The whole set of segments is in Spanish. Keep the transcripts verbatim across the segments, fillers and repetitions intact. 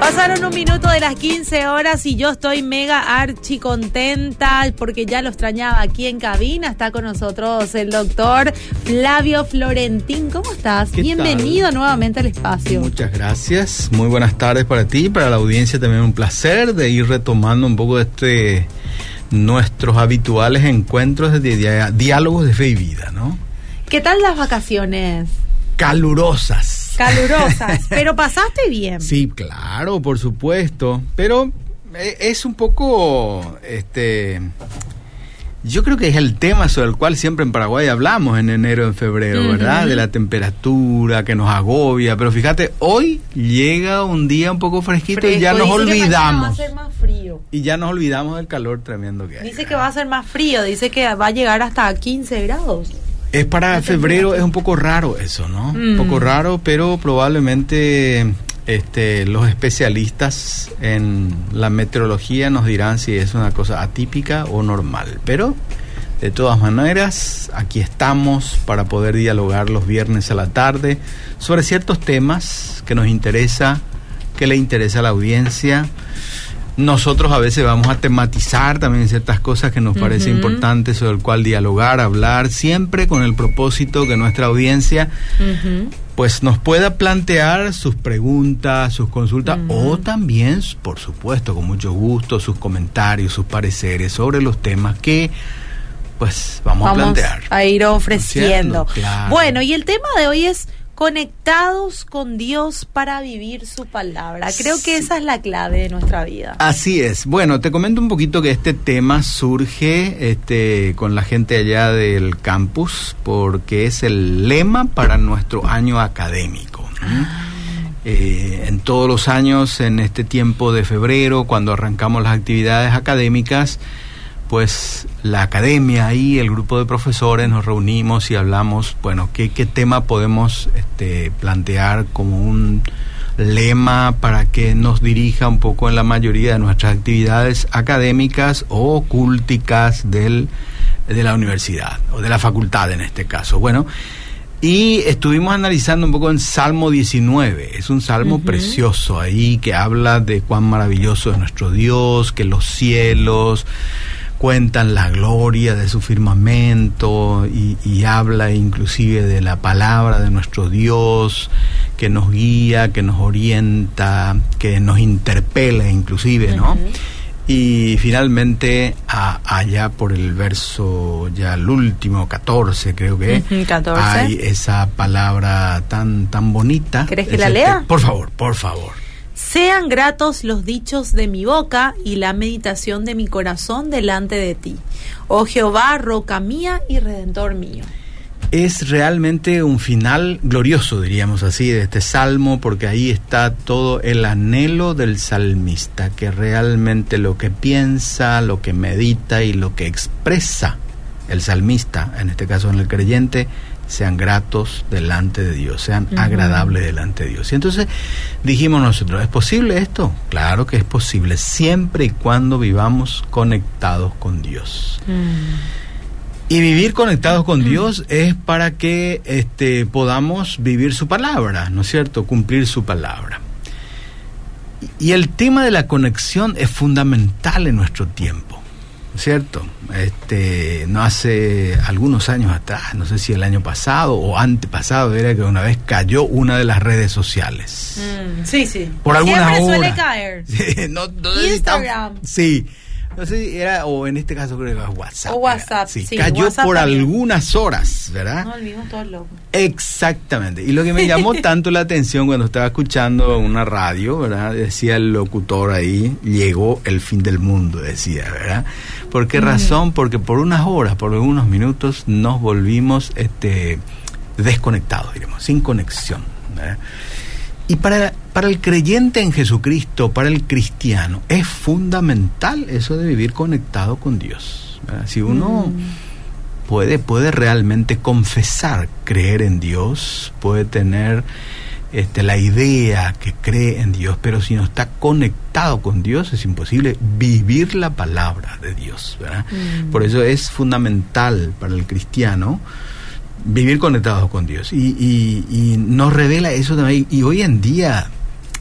Pasaron un minuto de las quince horas y yo estoy mega archi contenta porque ya lo extrañaba aquí en cabina. Está con nosotros el doctor Flavio Florentín. ¿Cómo estás? Bienvenido tal? nuevamente al espacio. Muchas gracias. Muy buenas tardes para ti y para la audiencia. También un placer de ir retomando un poco de este nuestros habituales encuentros de di- diálogos de fe y vida, ¿no? ¿Qué tal las vacaciones? Calurosas. Calurosas, pero pasaste bien. Sí, claro, por supuesto, pero es un poco, este, yo creo que es el tema sobre el cual siempre en Paraguay hablamos en enero, en febrero, uh-huh. ¿verdad? De la temperatura que nos agobia, pero fíjate, hoy llega un día un poco fresquito Fresco, y ya nos olvidamos. Va a ser más frío. Y ya nos olvidamos del calor tremendo que hay. Dice que va a ser más frío, dice que va a llegar hasta quince grados. Es para febrero, es un poco raro eso, ¿no? Mm. Un poco raro, pero probablemente este, los especialistas en la meteorología nos dirán si es una cosa atípica o normal. Pero, de todas maneras, aquí estamos para poder dialogar los viernes a la tarde sobre ciertos temas que nos interesa, que le interesa a la audiencia. Nosotros a veces vamos a tematizar también ciertas cosas que nos uh-huh. parece importante, sobre el cual dialogar, hablar, siempre con el propósito que nuestra audiencia uh-huh. pues nos pueda plantear sus preguntas, sus consultas uh-huh. o también, por supuesto, con mucho gusto, sus comentarios, sus pareceres sobre los temas que pues vamos, vamos a plantear. a ir ofreciendo. Claro. Bueno, y el tema de hoy es conectados con Dios para vivir su palabra. Creo que esa es la clave de nuestra vida. Así es. Bueno, te comento un poquito que este tema surge este, con la gente allá del campus, porque es el lema para nuestro año académico. Ah. Eh, en todos los años, en este tiempo de febrero, cuando arrancamos las actividades académicas, pues la academia y el grupo de profesores nos reunimos y hablamos, bueno, qué, qué tema podemos este, plantear como un lema para que nos dirija un poco en la mayoría de nuestras actividades académicas o culticas del, de la universidad, o de la facultad en este caso. Bueno, y estuvimos analizando un poco en Salmo diecinueve, es un salmo uh-huh. precioso ahí que habla de cuán maravilloso es nuestro Dios, que los cielos cuentan la gloria de su firmamento y, y habla inclusive de la palabra de nuestro Dios que nos guía, que nos orienta, que nos interpela inclusive, ¿no? Uh-huh. Y finalmente a, allá por el verso ya el último catorce creo que uh-huh, catorce. Hay esa palabra tan tan bonita. ¿Querés que la lea? Te, por favor, por favor. Sean gratos los dichos de mi boca y la meditación de mi corazón delante de ti, oh Jehová, roca mía y redentor mío. Es realmente un final glorioso, diríamos así, de este salmo, porque ahí está todo el anhelo del salmista, que realmente lo que piensa, lo que medita y lo que expresa el salmista, en este caso en el creyente, sean gratos delante de Dios, sean uh-huh. agradables delante de Dios. Y entonces dijimos nosotros, ¿es posible esto? Claro que es posible, siempre y cuando vivamos conectados con Dios. Uh-huh. Y vivir conectados con uh-huh. Dios es para que este, podamos vivir su palabra, ¿no es cierto? Cumplir su palabra. Y el tema de la conexión es fundamental en nuestro tiempo, ¿cierto? Este, no hace algunos años atrás, no sé si el año pasado o antepasado, era que una vez cayó una de las redes sociales. Mm, sí, sí. Por alguna hora. Siempre suele caer. Sí, no, no Instagram. Tan, sí. No sé si era, o en este caso creo que era WhatsApp. O WhatsApp, sí. sí. Cayó WhatsApp por también. algunas horas, ¿verdad? No, olvidamos todos locos. Exactamente. Y lo que me llamó tanto la atención cuando estaba escuchando una radio, ¿verdad? Decía el locutor ahí, llegó el fin del mundo, decía, ¿verdad? ¿Por qué mm. razón? Porque por unas horas, por unos minutos, nos volvimos este, desconectados, diremos, sin conexión, ¿verdad? Y para, para el creyente en Jesucristo, para el cristiano, es fundamental eso de vivir conectado con Dios, ¿verdad? Si uno mm. puede, puede realmente confesar, creer en Dios, puede tener este, la idea que cree en Dios, pero si no está conectado con Dios, es imposible vivir la palabra de Dios, ¿verdad? Mm. Por eso es fundamental para el cristiano vivir conectados con Dios, y, y, y nos revela eso también. Y hoy en día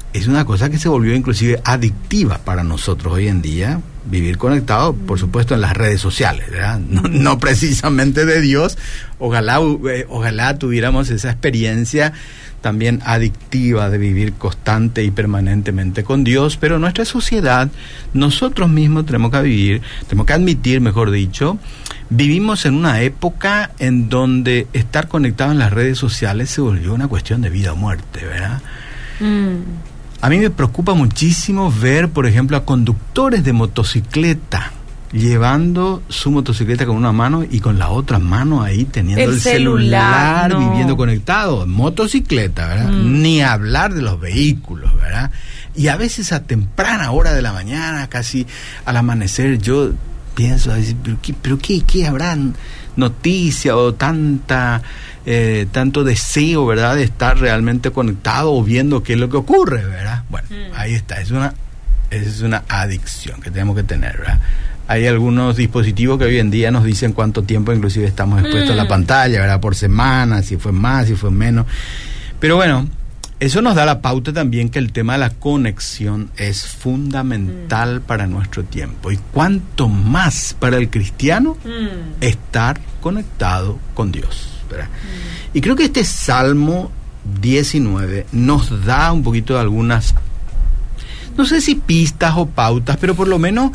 es una cosa que se volvió inclusive adictiva para nosotros hoy en día, vivir conectado, por supuesto, en las redes sociales, ¿verdad? No, no precisamente de Dios. Ojalá, eh, ojalá tuviéramos esa experiencia también adictiva de vivir constante y permanentemente con Dios, pero nuestra sociedad, nosotros mismos tenemos que vivir, tenemos que admitir, mejor dicho, vivimos en una época en donde estar conectado en las redes sociales se volvió una cuestión de vida o muerte, ¿verdad? Mm. A mí me preocupa muchísimo ver, por ejemplo, a conductores de motocicleta llevando su motocicleta con una mano y con la otra mano ahí teniendo el, el celular, celular no. viviendo conectado. Motocicleta, ¿verdad? Mm. Ni hablar de los vehículos, ¿verdad? Y a veces a temprana hora de la mañana, casi al amanecer, yo pienso, ¿pero qué, pero qué, qué habrán noticia o tanta eh, tanto deseo, ¿verdad?, de estar realmente conectado o viendo qué es lo que ocurre, ¿verdad? Bueno, mm. ahí está, es una es una adicción que tenemos que tener, ¿verdad? Hay algunos dispositivos que hoy en día nos dicen cuánto tiempo inclusive estamos expuestos mm. a la pantalla, ¿verdad?, por semana, si fue más, si fue menos. Pero bueno, eso nos da la pauta también que el tema de la conexión es fundamental mm. para nuestro tiempo. Y cuanto más para el cristiano mm. estar conectado con Dios, ¿verdad? Mm. Y creo que este Salmo diecinueve nos da un poquito de algunas, no sé si pistas o pautas, pero por lo menos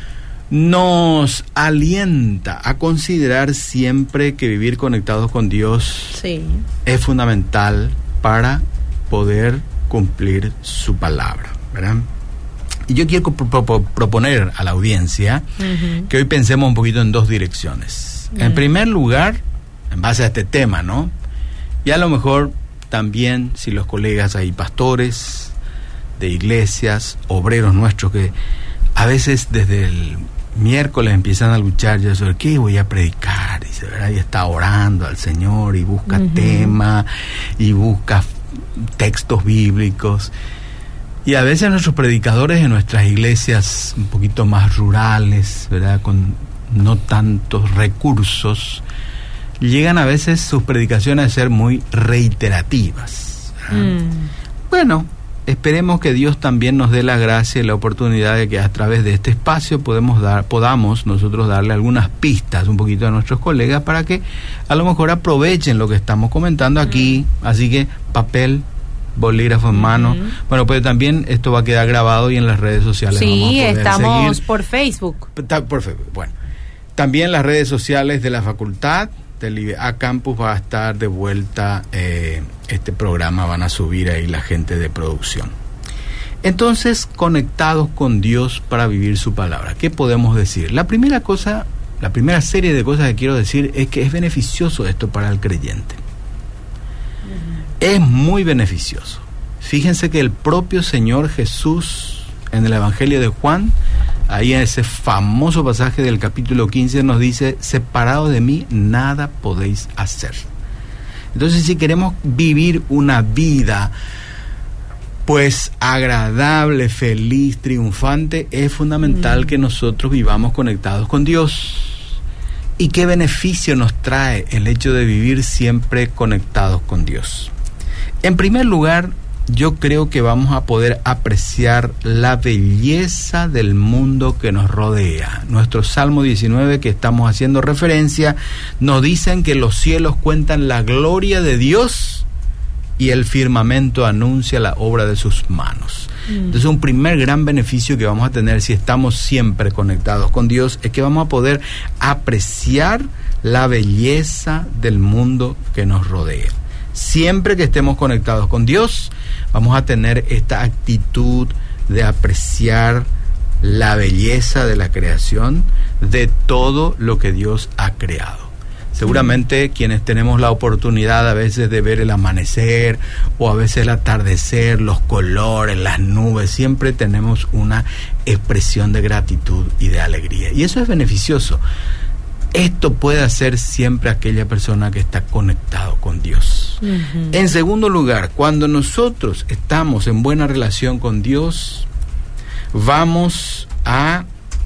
nos alienta a considerar siempre que vivir conectados con Dios sí. es fundamental para poder cumplir su palabra, ¿verdad? Y yo quiero pro- pro- proponer a la audiencia uh-huh. que hoy pensemos un poquito en dos direcciones. Uh-huh. En primer lugar, en base a este tema, ¿no? Y a lo mejor también si los colegas hay pastores de iglesias, obreros nuestros que a veces desde el miércoles empiezan a luchar ya sobre qué voy a predicar, dice, ¿verdad? Y está orando al Señor y busca uh-huh. tema y busca textos bíblicos, y a veces nuestros predicadores en nuestras iglesias un poquito más rurales, ¿verdad?, con no tantos recursos, llegan a veces sus predicaciones a ser muy reiterativas. Mm. Bueno, esperemos que Dios también nos dé la gracia y la oportunidad de que a través de este espacio podemos dar, podamos nosotros darle algunas pistas un poquito a nuestros colegas para que a lo mejor aprovechen lo que estamos comentando aquí. Mm. Así que papel, bolígrafo en mano. Mm-hmm. Bueno, pues también esto va a quedar grabado y en las redes sociales. Sí, vamos a poder estamos seguir. por Facebook. Por Facebook, bueno. También las redes sociales de la facultad del I B A Campus va a estar de vuelta, eh, este programa van a subir ahí la gente de producción. Entonces, conectados con Dios para vivir su palabra, ¿qué podemos decir? La primera cosa, la primera serie de cosas que quiero decir es que es beneficioso esto para el creyente. Uh-huh. Es muy beneficioso. Fíjense que el propio Señor Jesús en el Evangelio de Juan, ahí en ese famoso pasaje del capítulo quince nos dice, separado de mí nada podéis hacer. Entonces, si queremos vivir una vida pues agradable, feliz, triunfante, es fundamental mm. que nosotros vivamos conectados con Dios. ¿Y qué beneficio nos trae el hecho de vivir siempre conectados con Dios? En primer lugar, yo creo que vamos a poder apreciar la belleza del mundo que nos rodea. Nuestro Salmo diecinueve, que estamos haciendo referencia, nos dicen que los cielos cuentan la gloria de Dios y el firmamento anuncia la obra de sus manos. Mm. Entonces, un primer gran beneficio que vamos a tener si estamos siempre conectados con Dios es que vamos a poder apreciar la belleza del mundo que nos rodea. Siempre que estemos conectados con Dios, vamos a tener esta actitud de apreciar la belleza de la creación, de todo lo que Dios ha creado. Seguramente mm. quienes tenemos la oportunidad a veces de ver el amanecer o a veces el atardecer, los colores, las nubes, siempre tenemos una expresión de gratitud y de alegría. Y eso es beneficioso. Esto puede hacer siempre aquella persona que está conectado con Dios. Uh-huh. En segundo lugar, cuando nosotros estamos en buena relación con Dios, vamos a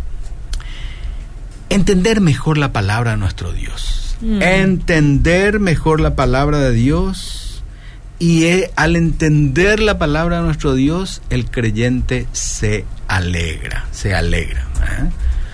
entender mejor la palabra de nuestro Dios. Uh-huh. Entender mejor la palabra de Dios Y eh, al entender la palabra de nuestro Dios, el creyente se alegra, se alegra. ¿eh?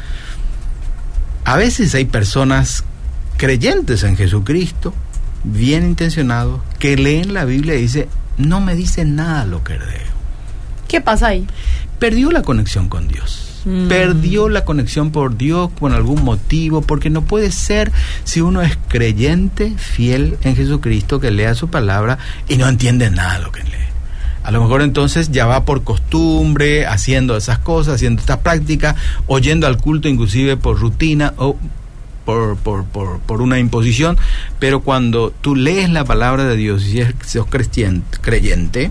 A veces hay personas creyentes en Jesucristo, bien intencionados, que leen la Biblia y dicen, no me dice nada lo que leo. ¿Qué pasa ahí? Perdió la conexión con Dios. Mm. Perdió la conexión por Dios por algún motivo, porque no puede ser si uno es creyente, fiel en Jesucristo, que lea su palabra y no entiende nada de lo que lee. A lo mejor entonces ya va por costumbre, haciendo esas cosas, haciendo estas prácticas, oyendo al culto inclusive por rutina o por, por, por, por una imposición, pero cuando tú lees la palabra de Dios y sos creyente, creyente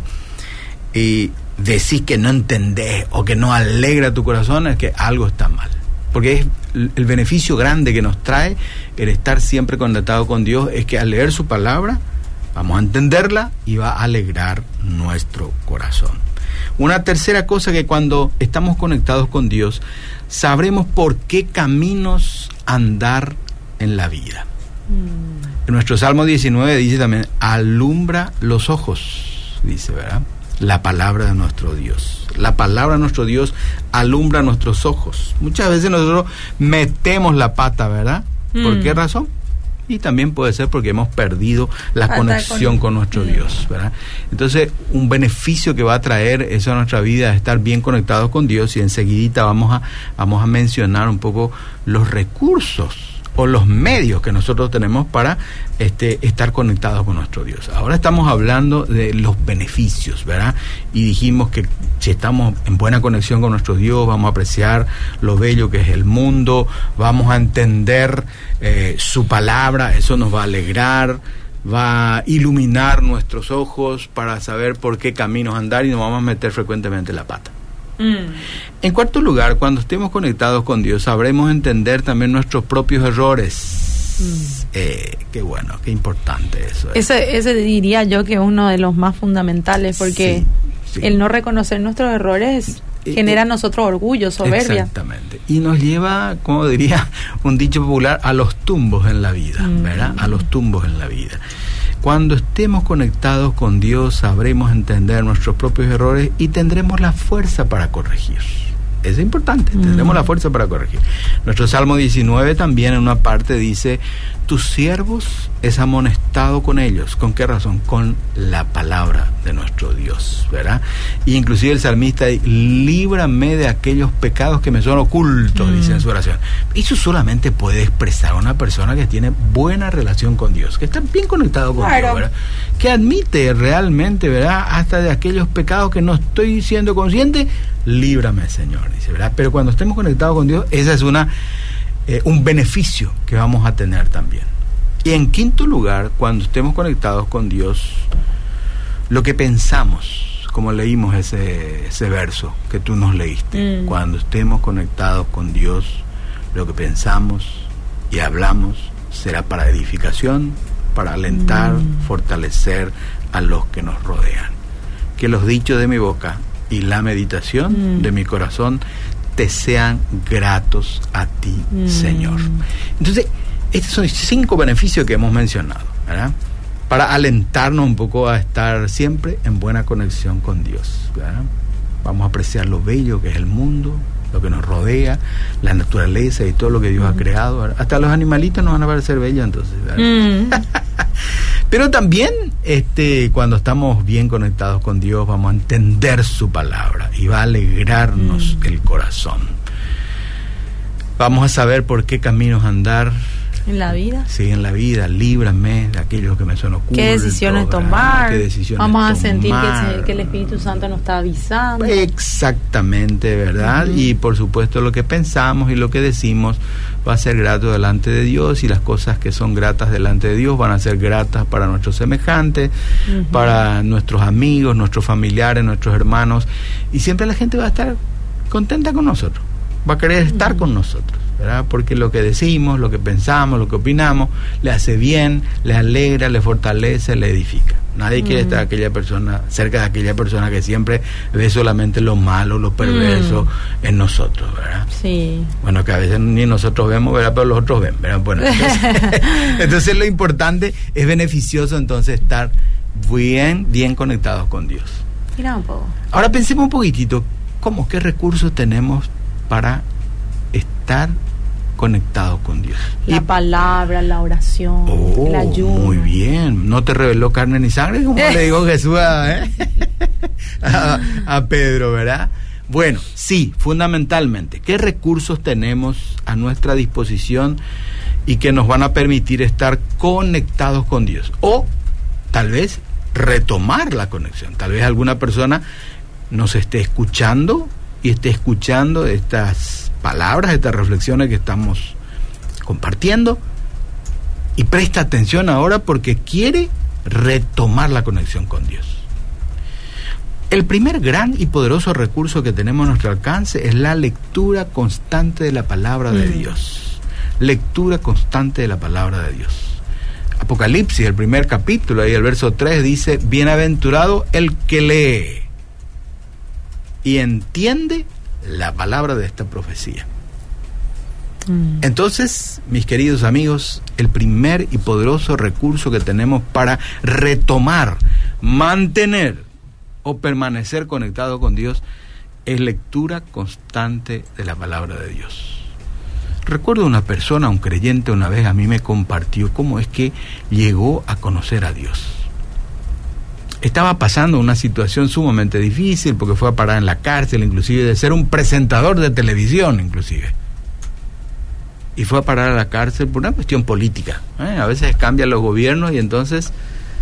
y decís que no entendés o que no alegra tu corazón, es que algo está mal. Porque es el beneficio grande que nos trae el estar siempre conectado con Dios, es que al leer su palabra vamos a entenderla y va a alegrar nuestro corazón. Una tercera cosa, que cuando estamos conectados con Dios, sabremos por qué caminos andar en la vida. Mm. En nuestro Salmo diecinueve dice también, alumbra los ojos, dice, ¿verdad? La palabra de nuestro Dios. La palabra de nuestro Dios alumbra nuestros ojos. Muchas veces nosotros metemos la pata, ¿verdad? Mm. ¿Por qué razón? Y también puede ser porque hemos perdido la Falta conexión con, con nuestro mm. Dios, ¿verdad? Entonces, un beneficio que va a traer eso a nuestra vida es estar bien conectados con Dios, y enseguidita vamos a, vamos a mencionar un poco los recursos o los medios que nosotros tenemos para este, estar conectados con nuestro Dios. Ahora estamos hablando de los beneficios, ¿verdad? Y dijimos que si estamos en buena conexión con nuestro Dios, vamos a apreciar lo bello que es el mundo, vamos a entender eh, su palabra, eso nos va a alegrar, va a iluminar nuestros ojos para saber por qué caminos andar, y nos vamos a meter frecuentemente la pata. Mm. En cuarto lugar, cuando estemos conectados con Dios, sabremos entender también nuestros propios errores. Mm. Eh, qué bueno, qué importante eso. Ese, ese diría yo que es uno de los más fundamentales, porque sí, sí. el no reconocer nuestros errores eh, genera en nosotros orgullo, soberbia. Exactamente. Y nos lleva, como diría un dicho popular, a los tumbos en la vida, mm. ¿verdad? A los tumbos en la vida. Cuando estemos conectados con Dios, sabremos entender nuestros propios errores y tendremos la fuerza para corregir. Es importante, mm. tendremos la fuerza para corregir. Nuestro Salmo diecinueve también en una parte dice, tus siervos es amonestado con ellos. ¿Con qué razón? Con la palabra de nuestro Dios, ¿verdad? Y inclusive el salmista dice, líbrame de aquellos pecados que me son ocultos, mm. dice en su oración. Eso solamente puede expresar una persona que tiene buena relación con Dios, que está bien conectado con claro. Dios, ¿verdad? Que admite realmente, ¿verdad? Hasta de aquellos pecados que no estoy siendo consciente, líbrame, Señor, dice, ¿verdad? Pero cuando estemos conectados con Dios, esa es una eh, un beneficio que vamos a tener también. Y en quinto lugar, cuando estemos conectados con Dios, lo que pensamos, como leímos ese, ese verso que tú nos leíste, mm. cuando estemos conectados con Dios, lo que pensamos y hablamos será para edificación, para alentar, mm. fortalecer a los que nos rodean. Que los dichos de mi boca y la meditación mm. de mi corazón te sean gratos a ti, mm. Señor. Entonces, estos son cinco beneficios que hemos mencionado, ¿verdad? Para alentarnos un poco a estar siempre en buena conexión con Dios, ¿verdad? Vamos a apreciar lo bello que es el mundo, lo que nos rodea, la naturaleza y todo lo que Dios mm. ha creado, ¿verdad? Hasta los animalitos nos van a parecer bellos entonces, ¿verdad? Mm. Pero también este, cuando estamos bien conectados con Dios, vamos a entender su palabra y va a alegrarnos mm. el corazón. Vamos a saber por qué caminos andar en la vida. Sí, en la vida. Líbrame de aquellos que me son ocultos. ¿Qué decisiones tomar? ¿Qué decisiones Vamos a tomar? sentir que, se, que el Espíritu Santo nos está avisando. Exactamente, ¿verdad? Uh-huh. Y por supuesto lo que pensamos y lo que decimos va a ser grato delante de Dios, y las cosas que son gratas delante de Dios van a ser gratas para nuestros semejantes, uh-huh. para nuestros amigos, nuestros familiares, nuestros hermanos, y siempre la gente va a estar contenta con nosotros, va a querer estar uh-huh. con nosotros, ¿verdad? Porque lo que decimos, lo que pensamos, lo que opinamos, le hace bien, le alegra, le fortalece, le edifica. Nadie mm. quiere estar aquella persona, cerca de aquella persona que siempre ve solamente lo malo, lo perverso mm. en nosotros, ¿verdad? Sí. Bueno, que a veces ni nosotros vemos, ¿verdad? Pero los otros ven, ¿verdad? Bueno, entonces, entonces lo importante es beneficioso entonces estar bien, bien conectados con Dios. Mira un poco. Ahora pensemos un poquitito, ¿cómo? ¿Qué recursos tenemos para estar conectados con Dios? La y, palabra, la oración, oh, el ayuno. Muy bien, no te reveló carne ni sangre, como le dijo Jesús a, ¿eh? a, a Pedro, ¿verdad? Bueno, sí, fundamentalmente, ¿qué recursos tenemos a nuestra disposición y que nos van a permitir estar conectados con Dios? O tal vez retomar la conexión. Tal vez alguna persona nos esté escuchando y esté escuchando estas palabras, estas reflexiones que estamos compartiendo y presta atención ahora porque quiere retomar la conexión con Dios. El primer gran y poderoso recurso que tenemos a nuestro alcance es la lectura constante de la palabra de mm. Dios. Lectura constante de la palabra de Dios. Apocalipsis, el primer capítulo, ahí el verso tres dice: bienaventurado el que lee y entiende la palabra de esta profecía. Mm. Entonces, mis queridos amigos, el primer y poderoso recurso que tenemos para retomar, mantener o permanecer conectado con Dios es lectura constante de la palabra de Dios. Recuerdo una persona, un creyente, una vez a mí me compartió cómo es que llegó a conocer a Dios. Estaba pasando una situación sumamente difícil porque fue a parar en la cárcel, inclusive de ser un presentador de televisión, inclusive. Y fue a parar a la cárcel por una cuestión política, ¿eh? A veces cambian los gobiernos y entonces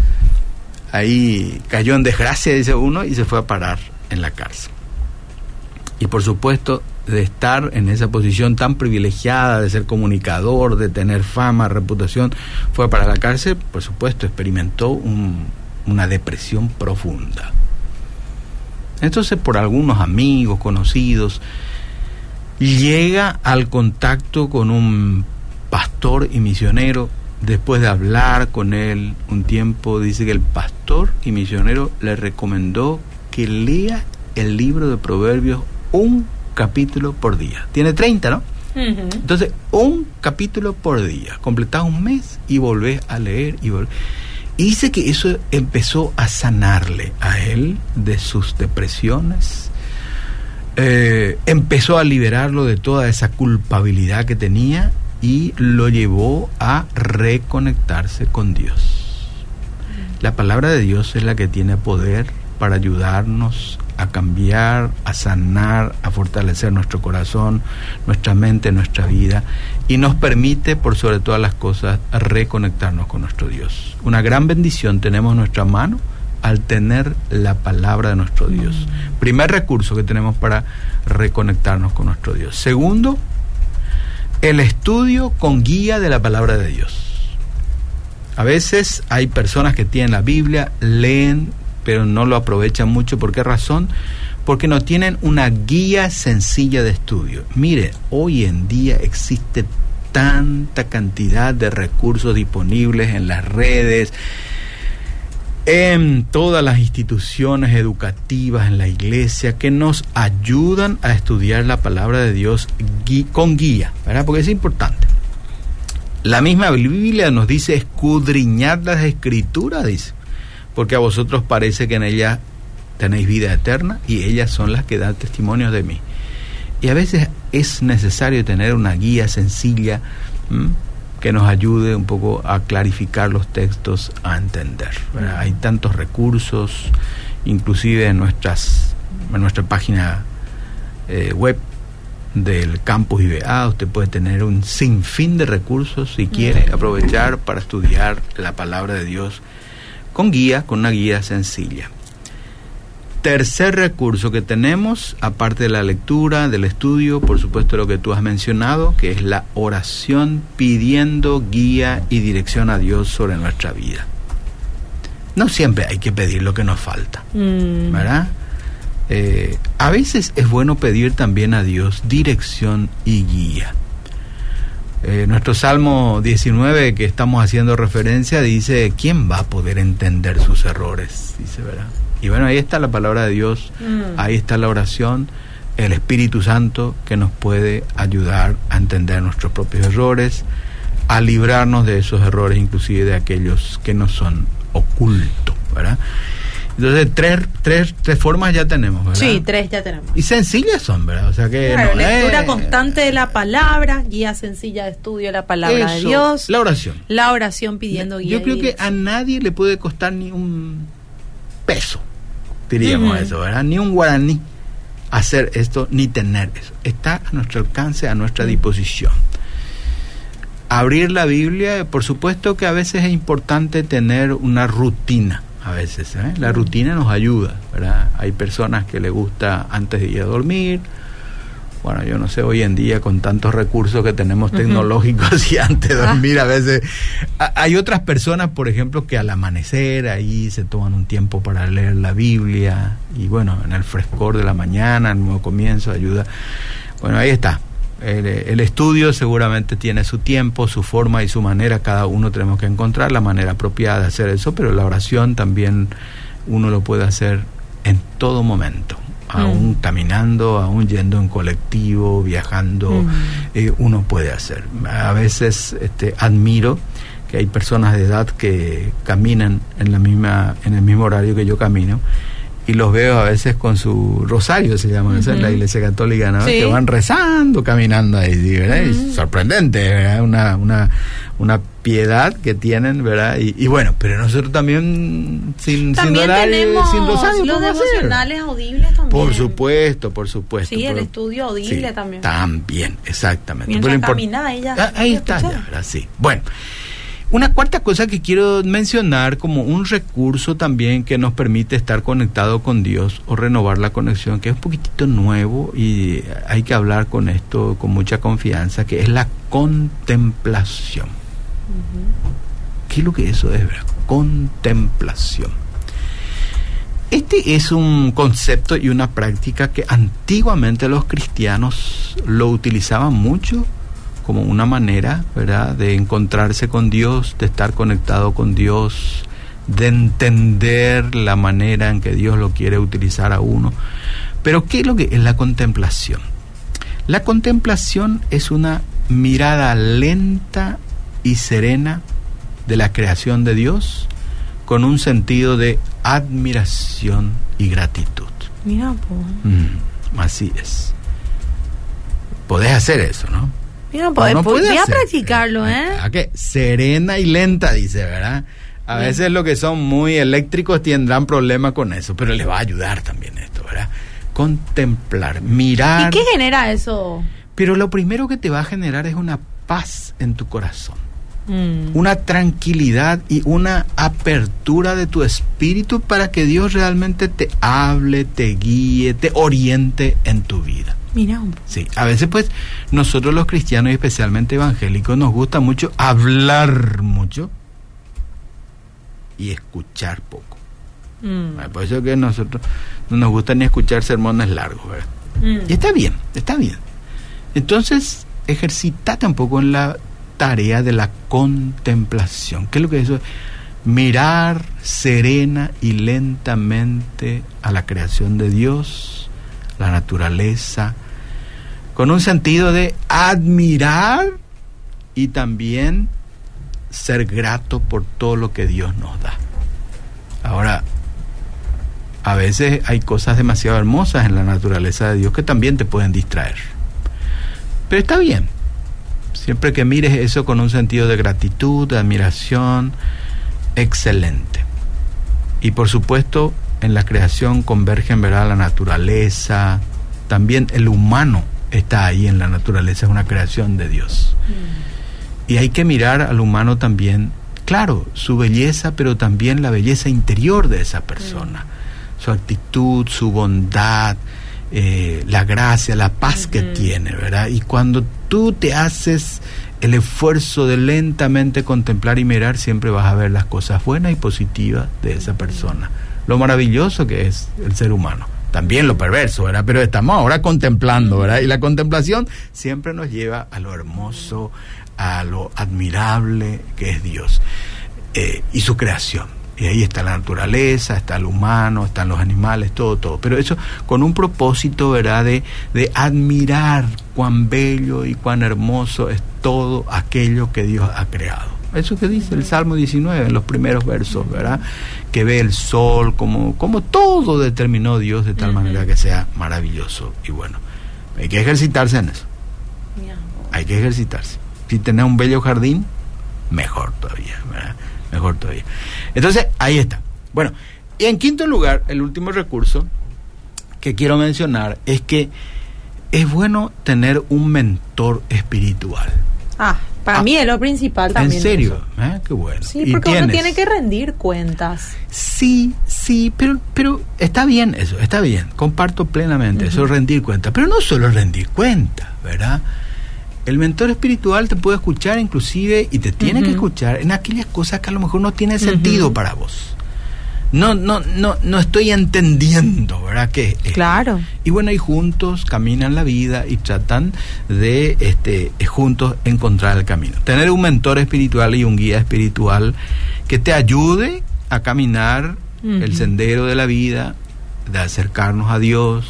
ahí cayó en desgracia, dice uno, y se fue a parar en la cárcel. Y por supuesto, de estar en esa posición tan privilegiada, de ser comunicador, de tener fama, reputación, fue para la cárcel, por supuesto, experimentó un, una depresión profunda. Entonces, por algunos amigos, conocidos, llega al contacto con un pastor y misionero. Después de hablar con él un tiempo, dice que el pastor y misionero le recomendó que lea el libro de Proverbios un capítulo por día. Tiene treinta, ¿no? Uh-huh. Entonces, un capítulo por día. Completás un mes y volvés a leer y volvés. Y dice que eso empezó a sanarle a él de sus depresiones. Eh, empezó a liberarlo de toda esa culpabilidad que tenía y lo llevó a reconectarse con Dios. La palabra de Dios es la que tiene poder para ayudarnos a cambiar, a sanar, a fortalecer nuestro corazón, nuestra mente, nuestra vida, y nos permite, por sobre todas las cosas, reconectarnos con nuestro Dios. Una gran bendición tenemos en nuestra mano al tener la palabra de nuestro Dios. Mm. Primer recurso que tenemos para reconectarnos con nuestro Dios. Segundo, el estudio con guía de la palabra de Dios. A veces hay personas que tienen la Biblia, leen, pero no lo aprovechan mucho. ¿Por qué razón? Porque no tienen una guía sencilla de estudio. Mire, hoy en día existe tanta cantidad de recursos disponibles en las redes, en todas las instituciones educativas, en la iglesia, que nos ayudan a estudiar la palabra de Dios gui- con guía, ¿verdad? Porque es importante. La misma Biblia nos dice escudriñar las escrituras, dice, porque a vosotros parece que en ellas tenéis vida eterna y ellas son las que dan testimonio de mí. Y a veces es necesario tener una guía sencilla, ¿m? que nos ayude un poco a clarificar los textos, a entender, ¿verdad? Hay tantos recursos, inclusive en nuestras en nuestra página eh, web del Campus I B A, usted puede tener un sinfín de recursos si quiere aprovechar para estudiar la palabra de Dios con guía, con una guía sencilla. Tercer recurso que tenemos, aparte de la lectura, del estudio, por supuesto lo que tú has mencionado, que es la oración pidiendo guía y dirección a Dios sobre nuestra vida. No siempre hay que pedir lo que nos falta, mm. ¿verdad? Eh, a veces es bueno pedir también a Dios dirección y guía. Eh, nuestro Salmo diecinueve, que estamos haciendo referencia, dice: ¿quién va a poder entender sus errores? Dice, ¿verdad? Y bueno, ahí está la palabra de Dios, mm. ahí está la oración, el Espíritu Santo que nos puede ayudar a entender nuestros propios errores, a librarnos de esos errores, inclusive de aquellos que nos son ocultos. ¿verdad? Entonces, tres, tres, tres formas ya tenemos, ¿verdad? Sí, tres ya tenemos. Y sencillas son, ¿verdad? O sea que... Claro, no, lectura eh, constante de la palabra, guía sencilla de estudio de la palabra eso, de Dios. La oración. La oración pidiendo guía. Yo creo y que dirección. a nadie le puede costar ni un peso, diríamos Uh-huh. eso, ¿verdad? Ni un guaraní hacer esto, ni tener eso. Está a nuestro alcance, a nuestra uh-huh. disposición. Abrir la Biblia, por supuesto que a veces es importante tener una rutina. A veces, ¿eh? La rutina nos ayuda, ¿verdad? Hay personas que les gusta antes de ir a dormir. Bueno, yo no sé, hoy en día con tantos recursos que tenemos tecnológicos uh-huh. y antes de dormir a veces... A, hay otras personas, por ejemplo, que al amanecer ahí se toman un tiempo para leer la Biblia y bueno, en el frescor de la mañana, el nuevo comienzo, ayuda. Bueno, ahí está. El, el estudio seguramente tiene su tiempo, su forma y su manera. Cada uno tenemos que encontrar la manera apropiada de hacer eso, pero la oración también uno lo puede hacer en todo momento, aún mm. caminando, aún yendo en colectivo, viajando, mm. eh, uno puede hacer. A veces este, admiro que hay personas de edad que caminan en la misma en el mismo horario que yo camino, y los veo a veces con su rosario, se llama, uh-huh. en la Iglesia Católica, ¿no? Sí. Que van rezando, caminando ahí, ¿verdad? Uh-huh. Y sorprendente, ¿verdad? Una, una, una piedad que tienen, ¿verdad? Y, y bueno, pero nosotros también sin, también sin orar, tenemos sin rosario, los devocionales audibles también. Por supuesto, por supuesto. Sí, por, el estudio audible sí, también. También, exactamente. Mientras import- caminás, ella ah, ahí está, ya, ¿verdad? Sí. Bueno. Una cuarta cosa que quiero mencionar como un recurso también que nos permite estar conectado con Dios o renovar la conexión, que es un poquitito nuevo y hay que hablar con esto con mucha confianza, que es la contemplación. Uh-huh. ¿Qué es lo que eso es, verdad? Contemplación. Este es un concepto y una práctica que antiguamente los cristianos lo utilizaban mucho como una manera, ¿verdad?, de encontrarse con Dios, de estar conectado con Dios, de entender la manera en que Dios lo quiere utilizar a uno. Pero ¿qué es lo que es la contemplación? La contemplación es una mirada lenta y serena de la creación de Dios, con un sentido de admiración y gratitud. Mira, pues. Mm, así es. Podés hacer eso, ¿no? Mira, pues, no voy a hacer. practicarlo, ¿eh? ¿A qué? Serena y lenta, dice, ¿verdad? A Bien. veces los que son muy eléctricos tendrán problemas con eso, pero les va a ayudar también esto, ¿verdad? Contemplar, mirar. ¿Y qué genera eso? Pero lo primero que te va a generar es una paz en tu corazón, mm. una tranquilidad y una apertura de tu espíritu para que Dios realmente te hable, te guíe, te oriente en tu vida. Mira. Sí, a veces pues nosotros los cristianos y especialmente evangélicos nos gusta mucho hablar mucho y escuchar poco. Mm. Por eso que a nosotros no nos gusta ni escuchar sermones largos, ¿verdad? Mm. Y está bien, está bien. Entonces, ejercitate un poco en la tarea de la contemplación. ¿Qué es lo que es eso? Mirar serena y lentamente a la creación de Dios, la naturaleza, con un sentido de admirar y también ser grato por todo lo que Dios nos da. Ahora, a veces hay cosas demasiado hermosas en la naturaleza de Dios que también te pueden distraer. Pero está bien, siempre que mires eso con un sentido de gratitud, de admiración, excelente. Y por supuesto, en la creación convergen, ¿verdad?, la naturaleza, también el humano está ahí en la naturaleza, es una creación de Dios. Mm. Y hay que mirar al humano también, claro, su belleza, pero también la belleza interior de esa persona, mm. su actitud, su bondad, eh, la gracia, la paz mm-hmm. que tiene, ¿verdad? Y cuando tú te haces el esfuerzo de lentamente contemplar y mirar, siempre vas a ver las cosas buenas y positivas de esa persona. Lo maravilloso que es el ser humano, también lo perverso, ¿verdad? Pero estamos ahora contemplando, ¿verdad? Y la contemplación siempre nos lleva a lo hermoso, a lo admirable que es Dios eh, y su creación. Y ahí está la naturaleza, está el humano, están los animales, todo, todo. Pero eso con un propósito, ¿verdad?, de, de admirar cuán bello y cuán hermoso es todo aquello que Dios ha creado. eso que dice el Salmo diecinueve en los primeros versos, ¿verdad? Que ve el sol, como, como todo determinó Dios de tal uh-huh. manera que sea maravilloso y bueno. Hay que ejercitarse en eso. Yeah. Hay que ejercitarse. Si tenés un bello jardín, mejor todavía, ¿verdad? Mejor todavía. Entonces, ahí está. Bueno, y en quinto lugar, el último recurso que quiero mencionar es que es bueno tener un mentor espiritual. Ah, para ah, mí es lo principal también. ¿En serio? ¿Eh? Qué bueno. Sí, porque uno tiene que rendir cuentas. Sí, sí, pero, pero está bien eso, está bien. Comparto plenamente uh-huh. eso, rendir cuentas. Pero no solo rendir cuentas, ¿verdad? El mentor espiritual te puede escuchar inclusive y te tiene uh-huh. que escuchar en aquellas cosas que a lo mejor no tienen sentido uh-huh. para vos. No, no, no, no estoy entendiendo, ¿verdad? ¿Qué es? Claro. Y bueno, y juntos caminan la vida y tratan de, este, juntos encontrar el camino. Tener un mentor espiritual y un guía espiritual que te ayude a caminar uh-huh. el sendero de la vida, de acercarnos a Dios.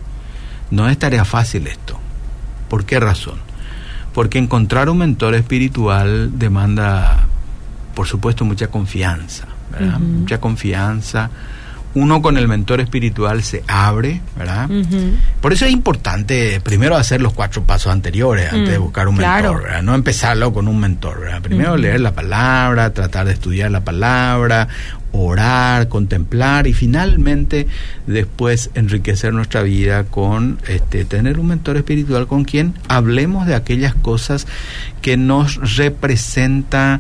No es tarea fácil esto. ¿Por qué razón? Porque encontrar un mentor espiritual demanda, por supuesto, mucha confianza. ¿verdad? Uh-huh. Mucha confianza. Uno con el mentor espiritual se abre, ¿verdad? Uh-huh. Por eso es importante primero hacer los cuatro pasos anteriores antes uh-huh. de buscar un mentor, claro. ¿verdad? No empezarlo con un mentor, ¿verdad? Primero uh-huh. leer la palabra, tratar de estudiar la palabra, orar, contemplar y finalmente después enriquecer nuestra vida con este tener un mentor espiritual con quien hablemos de aquellas cosas que nos representa,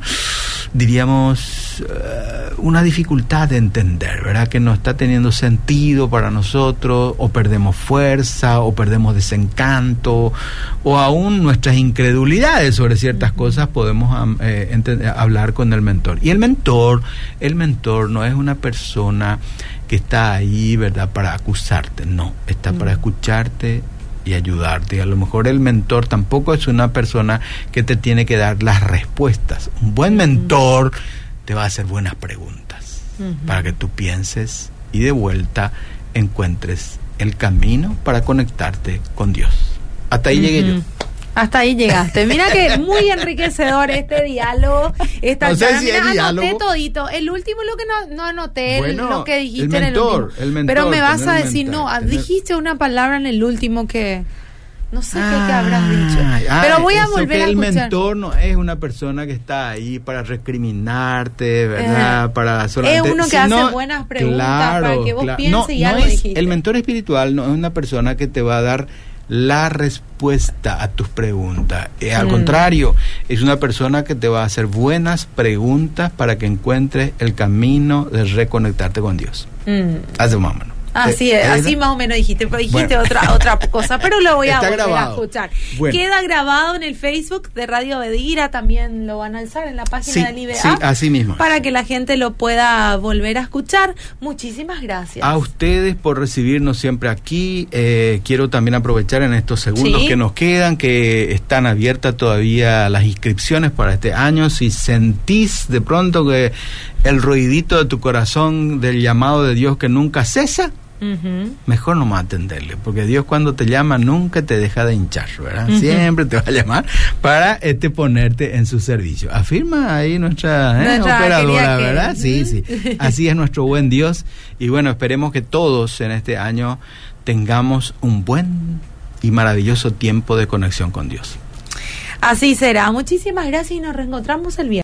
diríamos, uh, una dificultad de entender, ¿verdad? Que no está teniendo sentido para nosotros, o perdemos fuerza, o perdemos desencanto, o aún nuestras incredulidades sobre ciertas cosas podemos eh, entender, hablar con el mentor. Y el mentor, el mentor no es una persona que está ahí, ¿verdad?, para acusarte, no, está mm. para escucharte y ayudarte. Y a lo mejor el mentor tampoco es una persona que te tiene que dar las respuestas. Un buen mentor mm. te va a hacer buenas preguntas mm-hmm. para que tú pienses y de vuelta encuentres el camino para conectarte con Dios. Hasta ahí mm-hmm. llegué yo. Hasta ahí llegaste. Mira que muy enriquecedor este diálogo. Esta no sé charla. si Mira, es anoté diálogo. todito. El último lo que no, no anoté, bueno, lo que dijiste el mentor, en el último. El mentor, pero me vas a decir, mentor, no, tener... dijiste una palabra en el último que no sé ah, qué, qué habrás dicho. Ay, pero voy a eso volver que a escuchar. El mentor no es una persona que está ahí para recriminarte, ¿verdad? Eh, para solamente, es uno que sino, hace buenas preguntas claro, para que vos claro. pienses no, y no algo es, dijiste. El mentor espiritual no es una persona que te va a dar la respuesta a tus preguntas. Eh, al mm. contrario, es una persona que te va a hacer buenas preguntas para que encuentres el camino de reconectarte con Dios. Mm. Hace más o menos. Así es, así más o menos dijiste, pero dijiste bueno. otra otra cosa, pero lo voy a volver grabado. a escuchar. Bueno. Queda grabado en el Facebook de Radio Bedira, también lo van a alzar en la página sí, del I B A. Sí, así mismo. Para que la gente lo pueda volver a escuchar. Muchísimas gracias. A ustedes por recibirnos siempre aquí. Eh, quiero también aprovechar en estos segundos ¿Sí? que nos quedan, que están abiertas todavía las inscripciones para este año. Si sentís de pronto que el ruidito de tu corazón del llamado de Dios que nunca cesa, Uh-huh. mejor no más atenderle, porque Dios cuando te llama nunca te deja de hinchar, ¿verdad? Uh-huh. Siempre te va a llamar para este ponerte en su servicio. Afirma ahí nuestra, ¿eh? nuestra operadora, ¿verdad? Sí, sí. Así es nuestro buen Dios. Y bueno, esperemos que todos en este año tengamos un buen y maravilloso tiempo de conexión con Dios. Así será. Muchísimas gracias y nos reencontramos el viernes.